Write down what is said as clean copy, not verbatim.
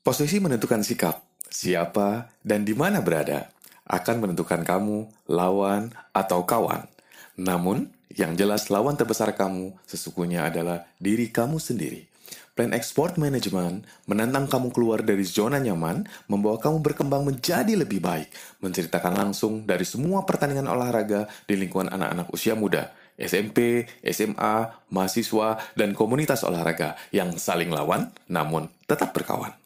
Posisi menentukan sikap, siapa dan di mana berada, akan menentukan kamu, lawan, atau kawan. Namun, yang jelas lawan terbesar kamu sesungguhnya adalah diri kamu sendiri. Plan Export Management menantang kamu keluar dari zona nyaman, membawa kamu berkembang menjadi lebih baik, menceritakan langsung dari semua pertandingan olahraga di lingkungan anak-anak usia muda, SMP, SMA, mahasiswa, dan komunitas olahraga yang saling lawan namun tetap berkawan.